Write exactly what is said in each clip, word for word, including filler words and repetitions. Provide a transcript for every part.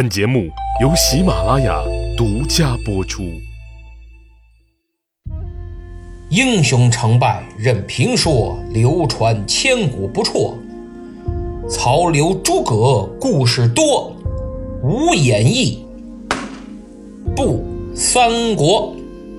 本节目由喜马拉雅独家播出。 英雄成败任评说，流传千古不辍。曹刘诸葛故事多，无演义不三国。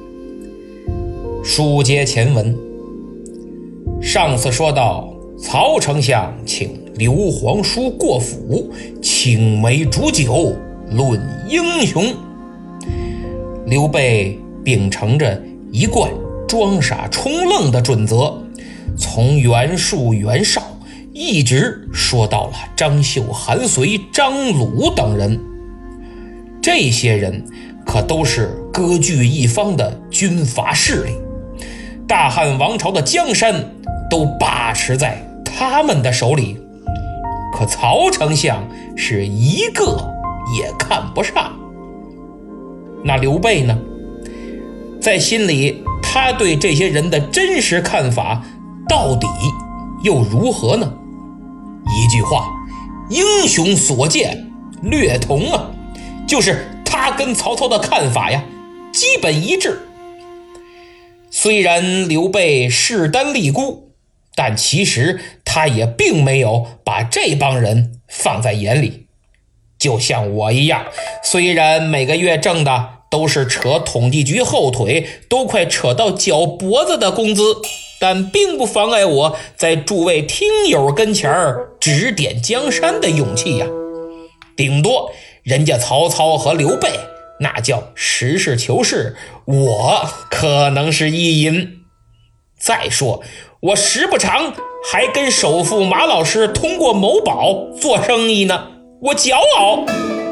书接前文，上次说到曹丞相请刘皇叔过府，青梅煮酒论英雄。刘备秉承着一贯装傻充愣的准则，从袁术、袁绍一直说到了张绣、韩遂、张鲁等人。这些人可都是割据一方的军阀势力，大汉王朝的江山都把持在他们的手里。可曹丞相是一个也看不上。那刘备呢？在心里他对这些人的真实看法到底又如何呢？一句话，英雄所见略同啊，就是他跟曹操的看法呀基本一致。虽然刘备势单力孤，但其实他也并没有把这帮人放在眼里。就像我一样，虽然每个月挣的都是扯统计局后腿都快扯到脚脖子的工资，但并不妨碍我在诸位听友跟前儿指点江山的勇气呀。顶多人家曹操和刘备那叫实事求是，我可能是意淫。再说我时不常还跟首富马老师通过某宝做生意呢，我骄傲。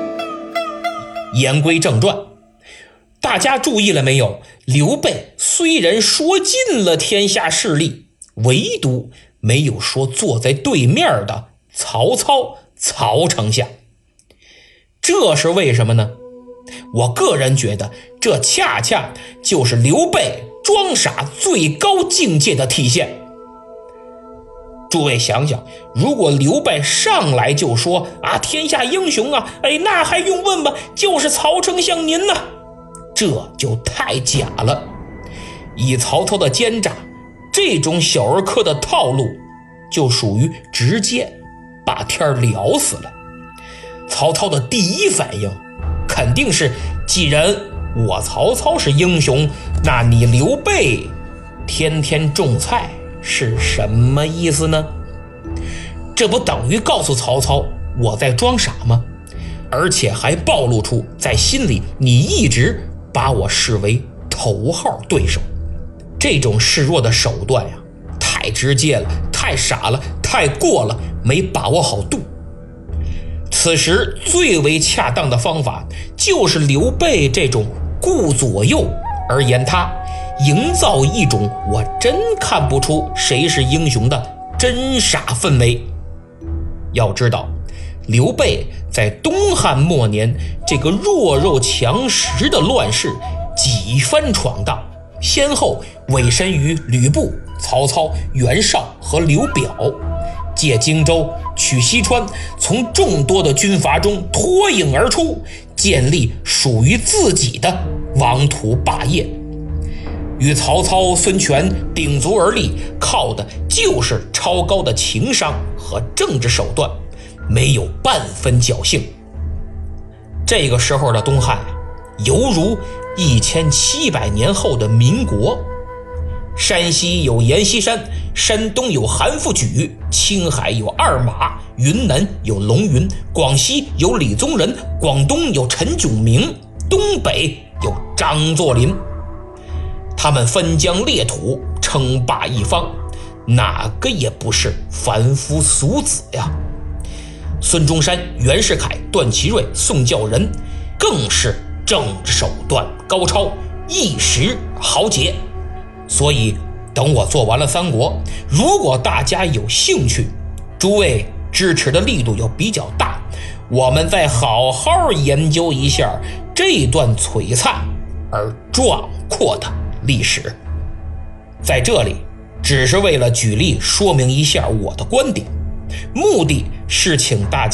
言归正传，大家注意了没有？刘备虽然说尽了天下势力，唯独没有说坐在对面的曹操曹丞相。这是为什么呢？我个人觉得这恰恰就是刘备装傻最高境界的体现。诸位想想，如果刘备上来就说啊，天下英雄啊，哎，那还用问吗？就是曹丞相您呢，这就太假了。以曹操的奸诈，这种小儿科的套路就属于直接把天聊死了。曹操的第一反应肯定是，既然我曹操是英雄，那你刘备天天种菜是什么意思呢？这不等于告诉曹操我在装傻吗？而且还暴露出在心里你一直把我视为头号对手。这种示弱的手段呀，太直接了，太傻了，太过了，没把握好度。此时最为恰当的方法就是刘备这种顾左右而言他，营造一种我真看不出谁是英雄的真傻氛围。要知道，刘备在东汉末年这个弱肉强食的乱世几番闯荡，先后委身于吕布、曹操、袁绍和刘表，借荆州取西川，从众多的军阀中脱颖而出，建立属于自己的王土霸业。与曹操、孙权鼎足而立，靠的就是超高的情商和政治手段，没有半分侥幸。这个时候的东汉犹如一千七百年后的民国。山西有阎锡山，山东有韩复榘，青海有二马，云南有龙云，广西有李宗仁，广东有陈炯明，东北有张作霖。他们分疆裂土，称霸一方，哪个也不是凡夫俗子呀。孙中山、袁世凯、段祺瑞、宋教仁更是政治手段高超，一时豪杰。所以等我做完了三国，如果大家有兴趣，诸位支持的力度又比较大，我们再好好研究一下这段璀璨而壮阔的历史。在这里只是为了举例说明一下我的观点，目的是请大家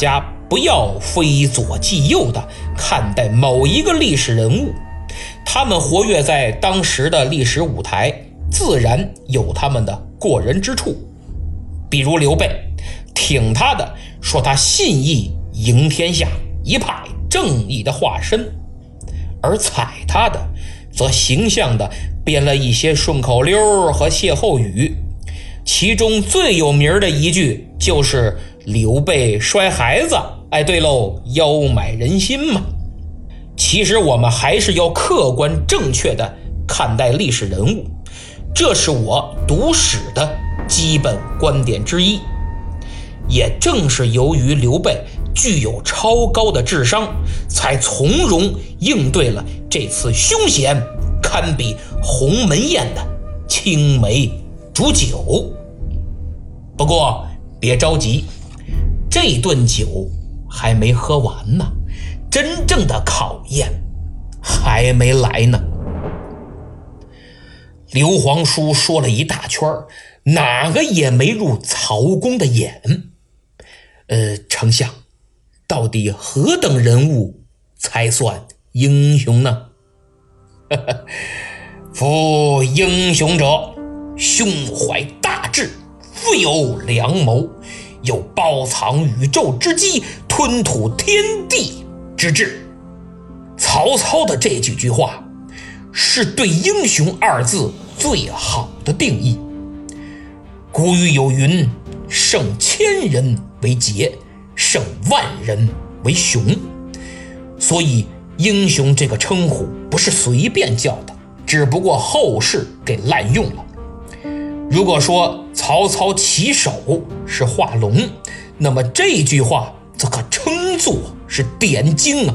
不要非左即右的看待某一个历史人物，他们活跃在当时的历史舞台，自然有他们的过人之处。比如刘备，挺他的说他信义赢天下，一派正义的化身，而踩他的则形象的编了一些顺口溜和歇后语，其中最有名的一句就是刘备摔孩子，哎，对喽，腰买人心嘛。其实我们还是要客观正确的看待历史人物，这是我读史的基本观点之一。也正是由于刘备具有超高的智商，才从容应对了这次凶险堪比鸿门宴的青梅煮酒。不过别着急，这顿酒还没喝完呢，真正的考验还没来呢。刘皇叔说了一大圈，哪个也没入曹公的眼。呃，丞相，到底何等人物才算英雄呢？夫英雄者，胸怀大志，富有良谋，有包藏宇宙之机，吞吐天地之志。曹操的这几句话是对英雄二字最好的定义。古语有云，胜千人为杰，胜万人为雄。所以英雄这个称呼不是随便叫的，只不过后世给滥用了。如果说曹操起手是画龙，那么这句话则可称作是点睛啊。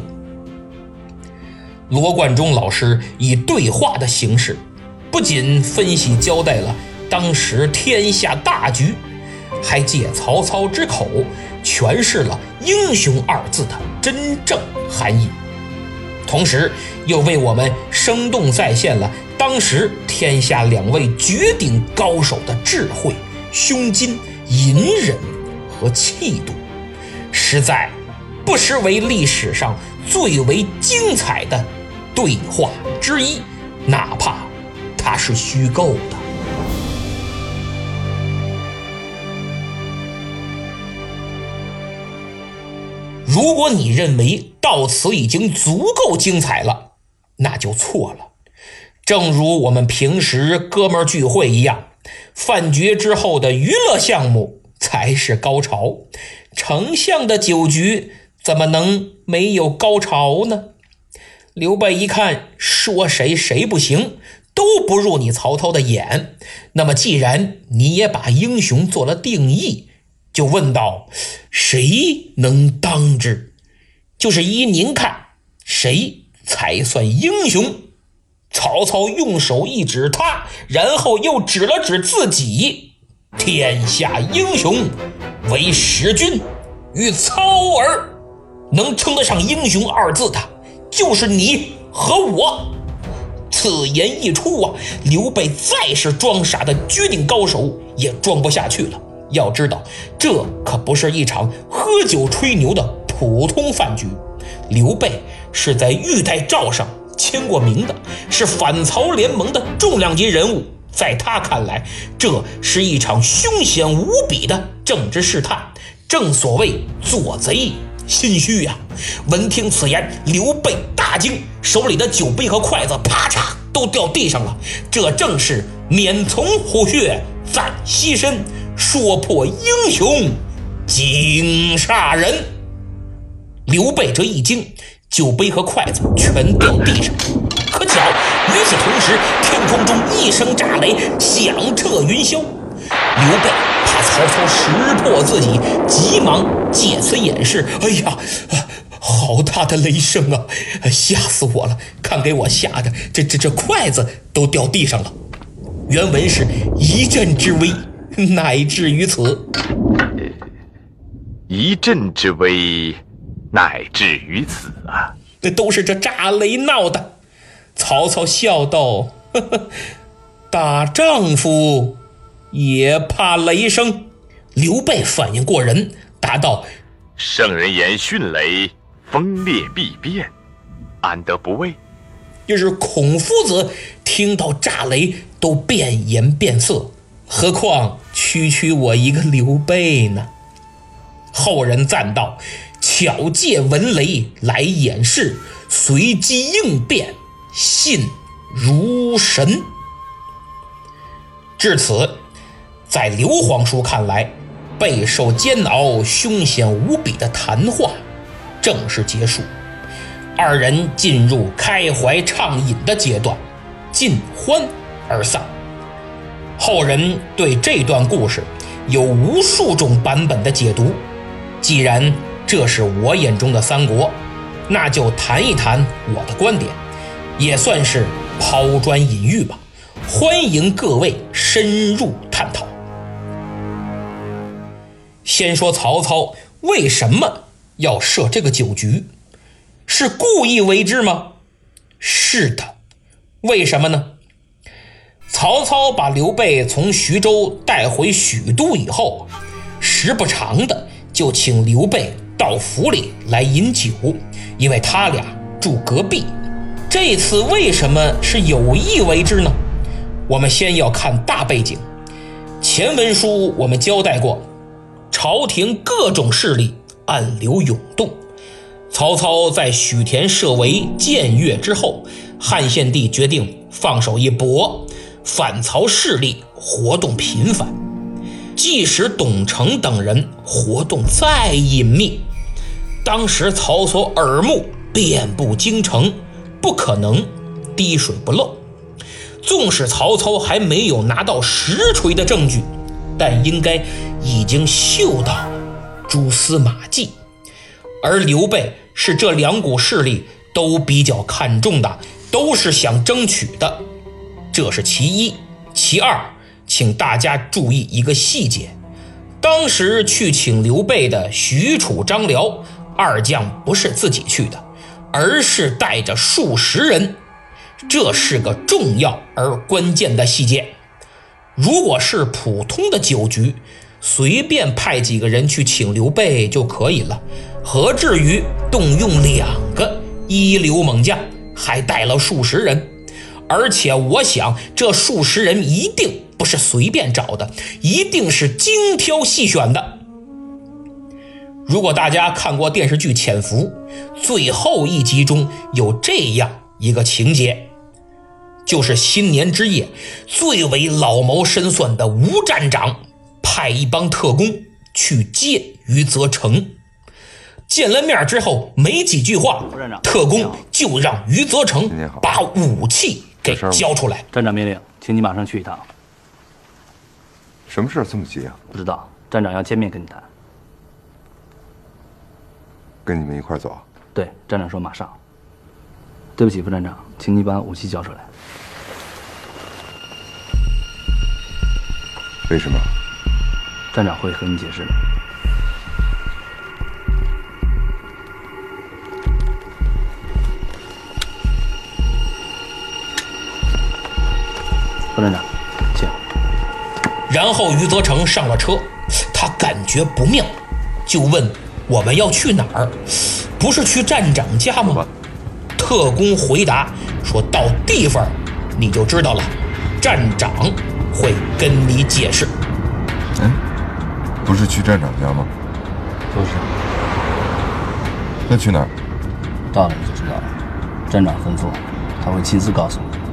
罗贯中老师以对话的形式，不仅分析交代了当时天下大局，还借曹操之口诠释了英雄二字的真正含义，同时又为我们生动再现了当时天下两位绝顶高手的智慧、胸襟、隐忍和气度，实在不失为历史上最为精彩的对话之一，哪怕它是虚构的。如果你认为到此已经足够精彩了，那就错了。正如我们平时哥们儿聚会一样，饭局之后的娱乐项目才是高潮，丞相的酒局怎么能没有高潮呢？刘备一看说谁谁不行，都不入你曹操的眼，那么既然你也把英雄做了定义，就问道，谁能当之？就是依您看，谁才算英雄？曹操用手一指他，然后又指了指自己，天下英雄唯使君与操耳，能称得上英雄二字的就是你和我。此言一出啊，刘备再是装傻的绝顶高手也装不下去了。要知道，这可不是一场喝酒吹牛的普通饭局，刘备是在玉带诏上签过名的，是反曹联盟的重量级人物。在他看来，这是一场凶险无比的政治试探，正所谓做贼心虚呀、啊。闻听此言，刘备大惊，手里的酒杯和筷子啪嚓都掉地上了。这正是免从虎穴，暂栖身，说破英雄惊煞人。刘备这一惊，酒杯和筷子全掉地上。可巧与此同时，天空中一声炸雷，响彻云霄。刘备怕曹操识破自己，急忙借此掩饰。哎呀，好大的雷声啊，吓死我了，看给我吓的这这这筷子都掉地上了。原文是一阵之危，乃至于此。 一阵之危，乃至于此啊！ 这都是这炸雷闹的。曹操笑道：呵呵，大丈夫也怕雷声。刘备反应过人，答道： 圣人言迅雷，风烈必变，安得不畏？ 就是孔夫子听到炸雷都变颜变色，何况区区我一个刘备呢？后人赞道：巧借闻雷来掩饰，随机应变，信如神。至此，在刘皇叔看来，备受煎熬、凶险无比的谈话正式结束，二人进入开怀畅饮的阶段，尽欢而散。后人对这段故事有无数种版本的解读，既然这是我眼中的三国，那就谈一谈我的观点，也算是抛砖引玉吧，欢迎各位深入探讨。先说曹操为什么要设这个酒局，是故意为之吗？是的。为什么呢？曹操把刘备从徐州带回许都以后，时不常的就请刘备到府里来饮酒，因为他俩住隔壁。这次为什么是有意为之呢？我们先要看大背景。前文书我们交代过，朝廷各种势力暗流涌动。曹操在许田设围僭越之后，汉献帝决定放手一搏，反曹势力活动频繁。即使董承等人活动再隐秘，当时曹操耳目遍布京城，不可能滴水不漏。纵使曹操还没有拿到实锤的证据，但应该已经嗅到了蛛丝马迹。而刘备是这两股势力都比较看重的，都是想争取的，这是其一。其二，请大家注意一个细节，当时去请刘备的许褚、张辽二将不是自己去的，而是带着数十人，这是个重要而关键的细节。如果是普通的酒局，随便派几个人去请刘备就可以了，何至于动用两个一流猛将，还带了数十人？而且我想这数十人一定不是随便找的，一定是精挑细选的。如果大家看过电视剧《潜伏》，最后一集中有这样一个情节，就是新年之夜，最为老谋深算的吴站长派一帮特工去见余则成。见了面之后没几句话，特工就让余则成把武器给交出来。 站长命令，请你马上去一趟。 什么事这么急啊？ 不知道，站长要见面跟你谈。 跟你们一块走？ 对，站长说马上。对不起，副站长，请你把武器交出来。 为什么？ 站长会和你解释的。副站长，请。 然后余则成上了车，他感觉不妙，就问我们要去哪儿？不是去站长家吗？特工回答说，到地方你就知道了，站长会跟你解释。 嗯，不是去站长家吗？ 不是。 那去哪儿？ 到了你就知道了，站长吩咐，他会亲自告诉你。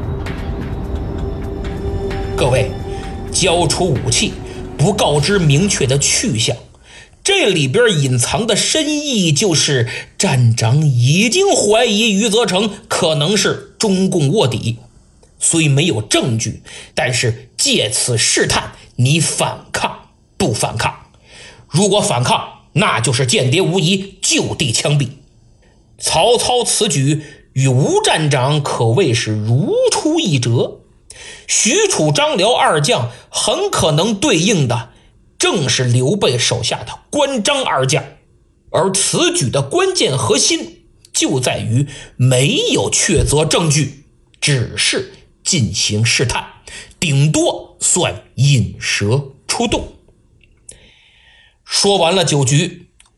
各位，交出武器，不告知明确的去向，这里边隐藏的深意就是站长已经怀疑余则成可能是中共卧底，虽没有证据，但是借此试探你反抗不反抗。如果反抗，那就是间谍无疑，就地枪毙。曹操此举与吴站长可谓是如出一辙。许褚、张辽二将很可能对应的正是刘备手下的关张二将，而此举的关键核心就在于没有确凿证据，只是进行试探，顶多算引蛇出洞。说完了酒局，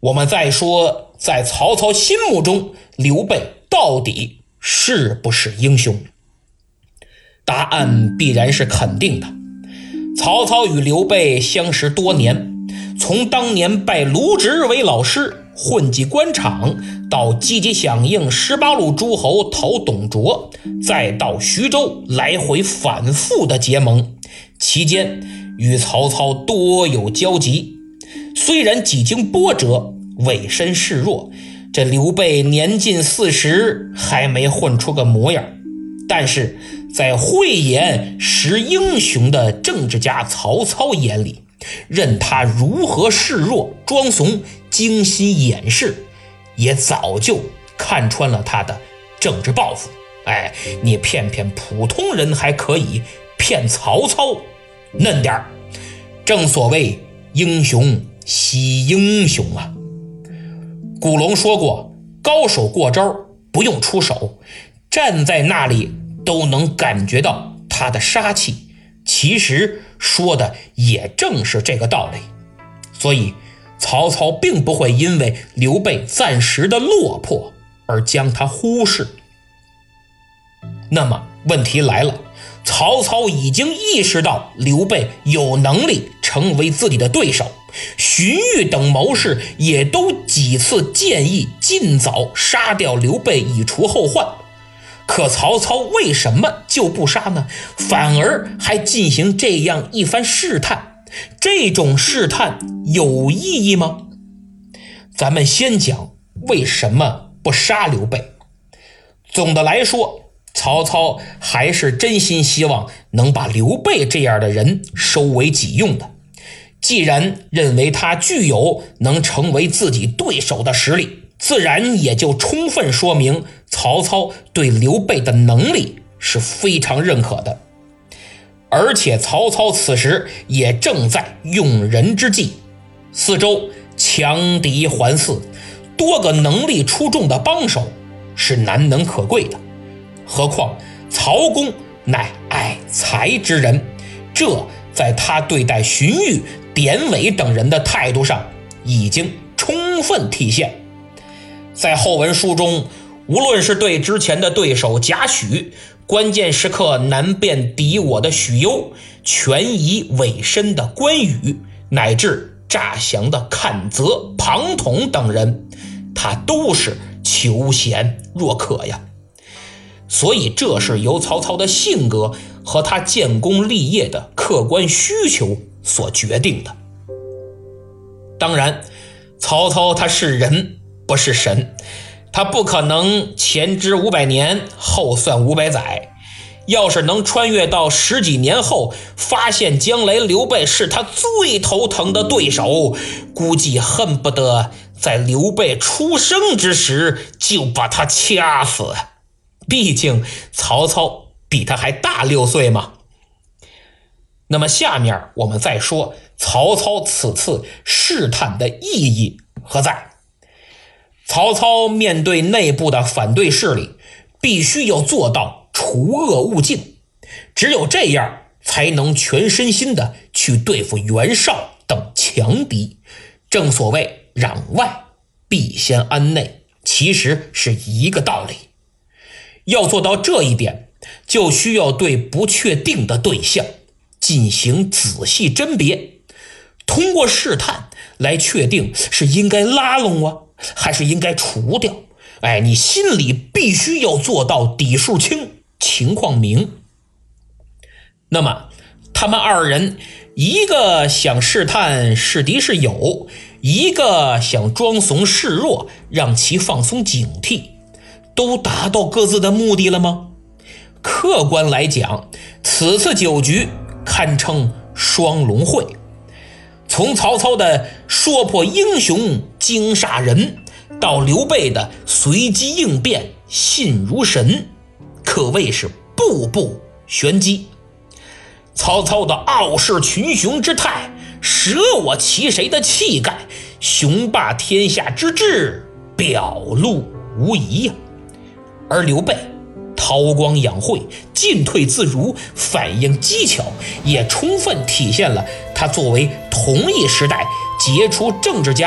我们再说，在曹操心目中，刘备到底是不是英雄？答案必然是肯定的。曹操与刘备相识多年，从当年拜卢植为老师，混迹官场，到积极响应十八路诸侯讨董卓，再到徐州，来回反复的结盟，期间与曹操多有交集。虽然几经波折，委身示弱，这刘备年近四十，还没混出个模样，但是在慧眼识英雄的政治家曹操眼里，任他如何示弱装怂精心掩饰，也早就看穿了他的政治抱负。哎，你骗骗普通人还可以，骗曹操嫩点儿。正所谓英雄惜英雄啊。古龙说过，高手过招不用出手，站在那里都能感觉到他的杀气。其实说的也正是这个道理。所以曹操并不会因为刘备暂时的落魄而将他忽视。那么问题来了，曹操已经意识到刘备有能力成为自己的对手，荀彧等谋士也都几次建议尽早杀掉刘备以除后患。可曹操为什么就不杀呢？反而还进行这样一番试探，这种试探有意义吗？咱们先讲为什么不杀刘备。总的来说，曹操还是真心希望能把刘备这样的人收为己用的。既然认为他具有能成为自己对手的实力，自然也就充分说明曹操对刘备的能力是非常认可的。而且曹操此时也正在用人之际，四周强敌环伺，多个能力出众的帮手是难能可贵的。何况曹公乃爱才之人，这在他对待荀彧、典韦等人的态度上已经充分体现。在后文书中，无论是对之前的对手贾诩，关键时刻难辨敌我的许攸，权宜委身的关羽，乃至诈降的阚泽、庞统等人，他都是求贤若渴呀。所以这是由曹操的性格和他建功立业的客观需求所决定的。当然，曹操他是人不是神，他不可能前知五百年后算五百载。要是能穿越到十几年后，发现将来刘备是他最头疼的对手，估计恨不得在刘备出生之时就把他掐死。毕竟曹操比他还大六岁嘛。那么下面我们再说曹操此次试探的意义何在。曹操面对内部的反对势力，必须要做到除恶务尽，只有这样才能全身心的去对付袁绍等强敌。正所谓攘外必先安内，其实是一个道理。要做到这一点，就需要对不确定的对象进行仔细甄别，通过试探来确定是应该拉拢啊，还是应该除掉。哎，你心里必须要做到底数清，情况明。那么他们二人，一个想试探是敌是友，一个想装怂示弱，让其放松警惕，都达到各自的目的了吗？客观来讲，此次酒局堪称双龙会。从曹操的说破英雄惊煞人，到刘备的随机应变信如神，可谓是步步玄机。曹操的傲视群雄之态，舍我其谁的气概，雄霸天下之志表露无遗呀。而刘备韬光养晦，进退自如，反应机巧，也充分体现了他作为同一时代杰出政治家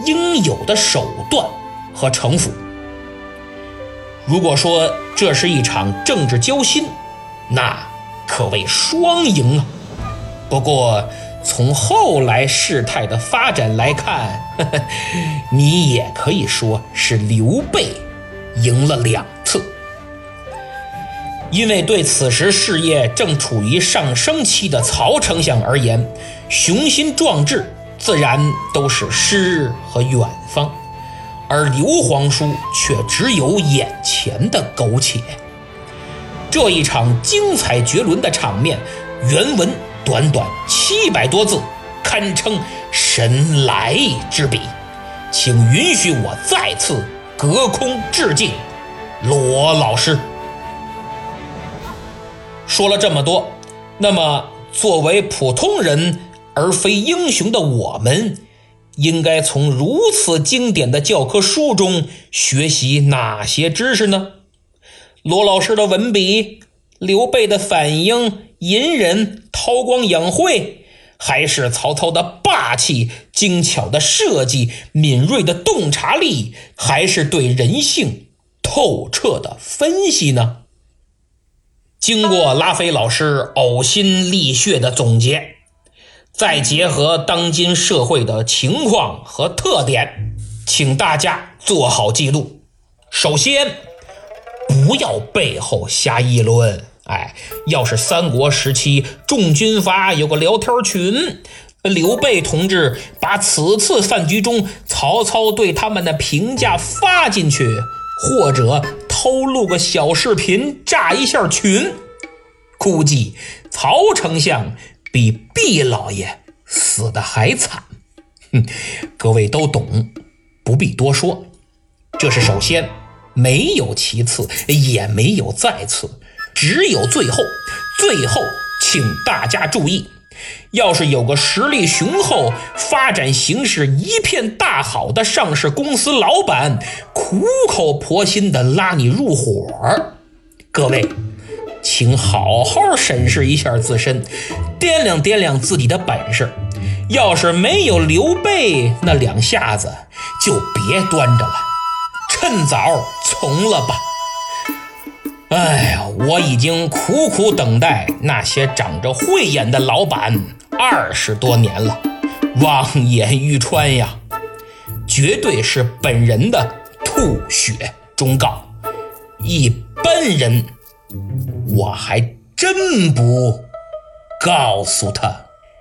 应有的手段和城府。如果说这是一场政治交心，那可谓双赢啊。不过从后来事态的发展来看，呵呵，你也可以说是刘备赢了两次。因为对此时事业正处于上升期的曹丞相而言，雄心壮志自然都是诗和远方，而刘皇叔却只有眼前的苟且。这一场精彩绝伦的场面，原文短短七百多字，堪称神来之笔，请允许我再次隔空致敬罗老师。说了这么多，那么作为普通人而非英雄的我们，应该从如此经典的教科书中学习哪些知识呢？罗老师的文笔，刘备的反应、隐忍、韬光养晦，还是曹操的霸气、精巧的设计、敏锐的洞察力，还是对人性透彻的分析呢？经过拉菲老师呕心沥血的总结，再结合当今社会的情况和特点，请大家做好记录。首先，不要背后瞎议论。哎，要是三国时期众军阀有个聊天群，刘备同志把此次饭局中曹操对他们的评价发进去，或者偷录个小视频炸一下群，估计曹丞相比毕老爷死得还惨。哼，各位都懂，不必多说。这是首先，没有其次，也没有再次，只有最后。最后请大家注意，要是有个实力雄厚、发展形势一片大好的上市公司老板苦口婆心的拉你入伙，各位请好好审视一下自身，掂量掂量自己的本事。要是没有刘备那两下子，就别端着了，趁早从了吧。哎呀，我已经苦苦等待那些长着慧眼的老板二十多年了，望眼欲穿呀，绝对是本人的吐血忠告。一般人我还真不告诉他。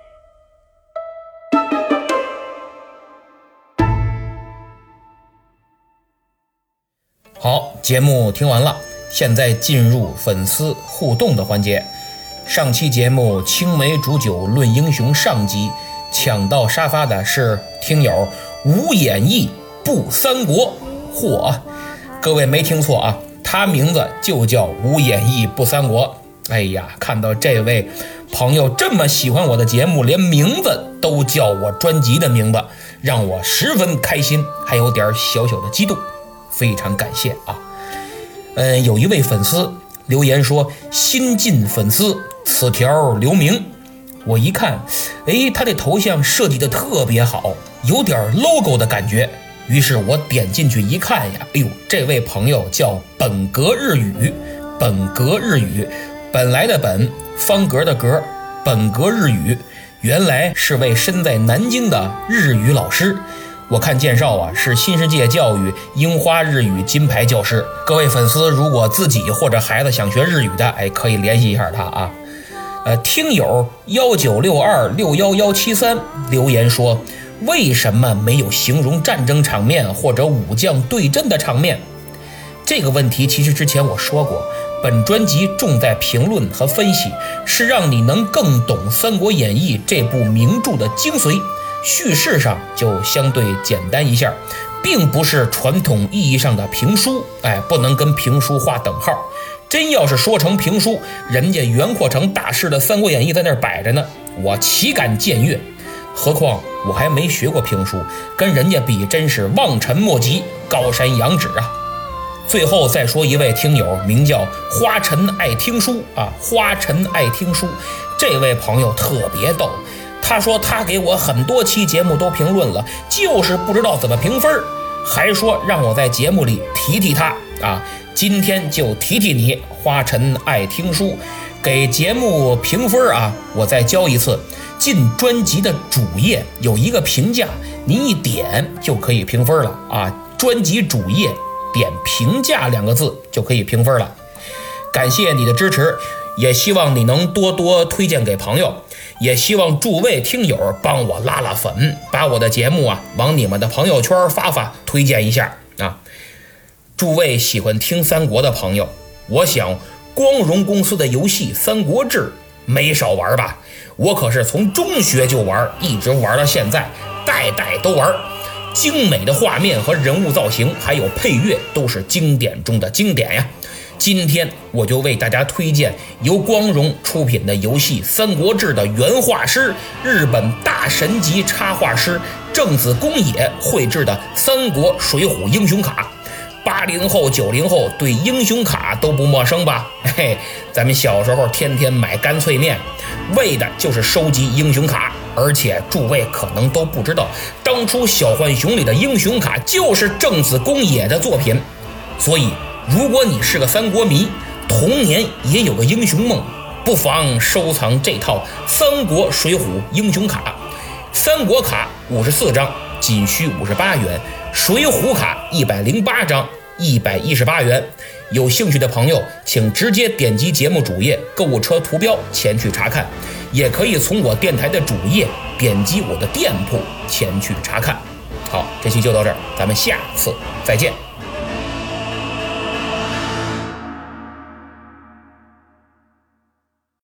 好，节目听完了，现在进入粉丝互动的环节。上期节目青梅煮酒论英雄上集，抢到沙发的是听友无演义不三国。嚯，各位没听错啊，他名字就叫无演义不三国。哎呀，看到这位朋友这么喜欢我的节目，连名字都叫我专辑的名字，让我十分开心，还有点小小的激动，非常感谢啊。嗯，有一位粉丝留言说新晋粉丝，此条留名。我一看，诶，他的头像设计的特别好，有点 logo 的感觉，于是我点进去一看呀，哎呦，这位朋友叫本格日语。本格日语，本来的本，方格的格，本格日语，原来是位身在南京的日语老师。我看介绍啊，是新世界教育樱花日语金牌教师。各位粉丝如果自己或者孩子想学日语的，哎，可以联系一下他啊。呃，听友一九六二六一一七三留言说，为什么没有形容战争场面或者武将对阵的场面？这个问题其实之前我说过，本专辑重在评论和分析，是让你能更懂《三国演义》这部名著的精髓。叙事上就相对简单一下，并不是传统意义上的评书，哎，不能跟评书划等号。真要是说成评书，人家袁阔成大师的《三国演义》在那儿摆着呢，我岂敢僭越？何况我还没学过评书，跟人家比真是望尘莫及，高山仰止啊！最后再说一位听友，名叫花尘爱听书啊，花尘爱听书，这位朋友特别逗。 他说他给我很多期节目都评论了，就是不知道怎么评分，还说让我在节目里提提他啊。今天就提提你，花尘爱听书，给节目评分啊，我再教一次。进专辑的主页有一个评价，你一点就可以评分了啊！专辑主页点评价两个字就可以评分了。感谢你的支持，也希望你能多多推荐给朋友，也希望诸位听友帮我拉拉粉，把我的节目啊往你们的朋友圈发发，推荐一下啊！诸位喜欢听三国的朋友，我想光荣公司的游戏《三国志》没少玩吧？我可是从中学就玩，一直玩到现在，代代都玩。精美的画面和人物造型，还有配乐，都是经典中的经典呀。今天我就为大家推荐由光荣出品的游戏《三国志》的原画师，日本大神级插画师正子公野绘制的三国水浒英雄卡。八零后九零后对英雄卡都不陌生吧？嘿，咱们小时候天天买干脆面，为的就是收集英雄卡。而且诸位可能都不知道，当初小浣熊里的英雄卡就是正子公野的作品。所以如果你是个三国迷，童年也有个英雄梦，不妨收藏这套三国水浒英雄卡。三国卡五十四张，仅需五十八元；水浒卡一百零八张，一百一十八元。有兴趣的朋友请直接点击节目主页购物车图标前去查看，也可以从我电台的主页点击我的店铺前去查看。好，这期就到这儿，咱们下次再见。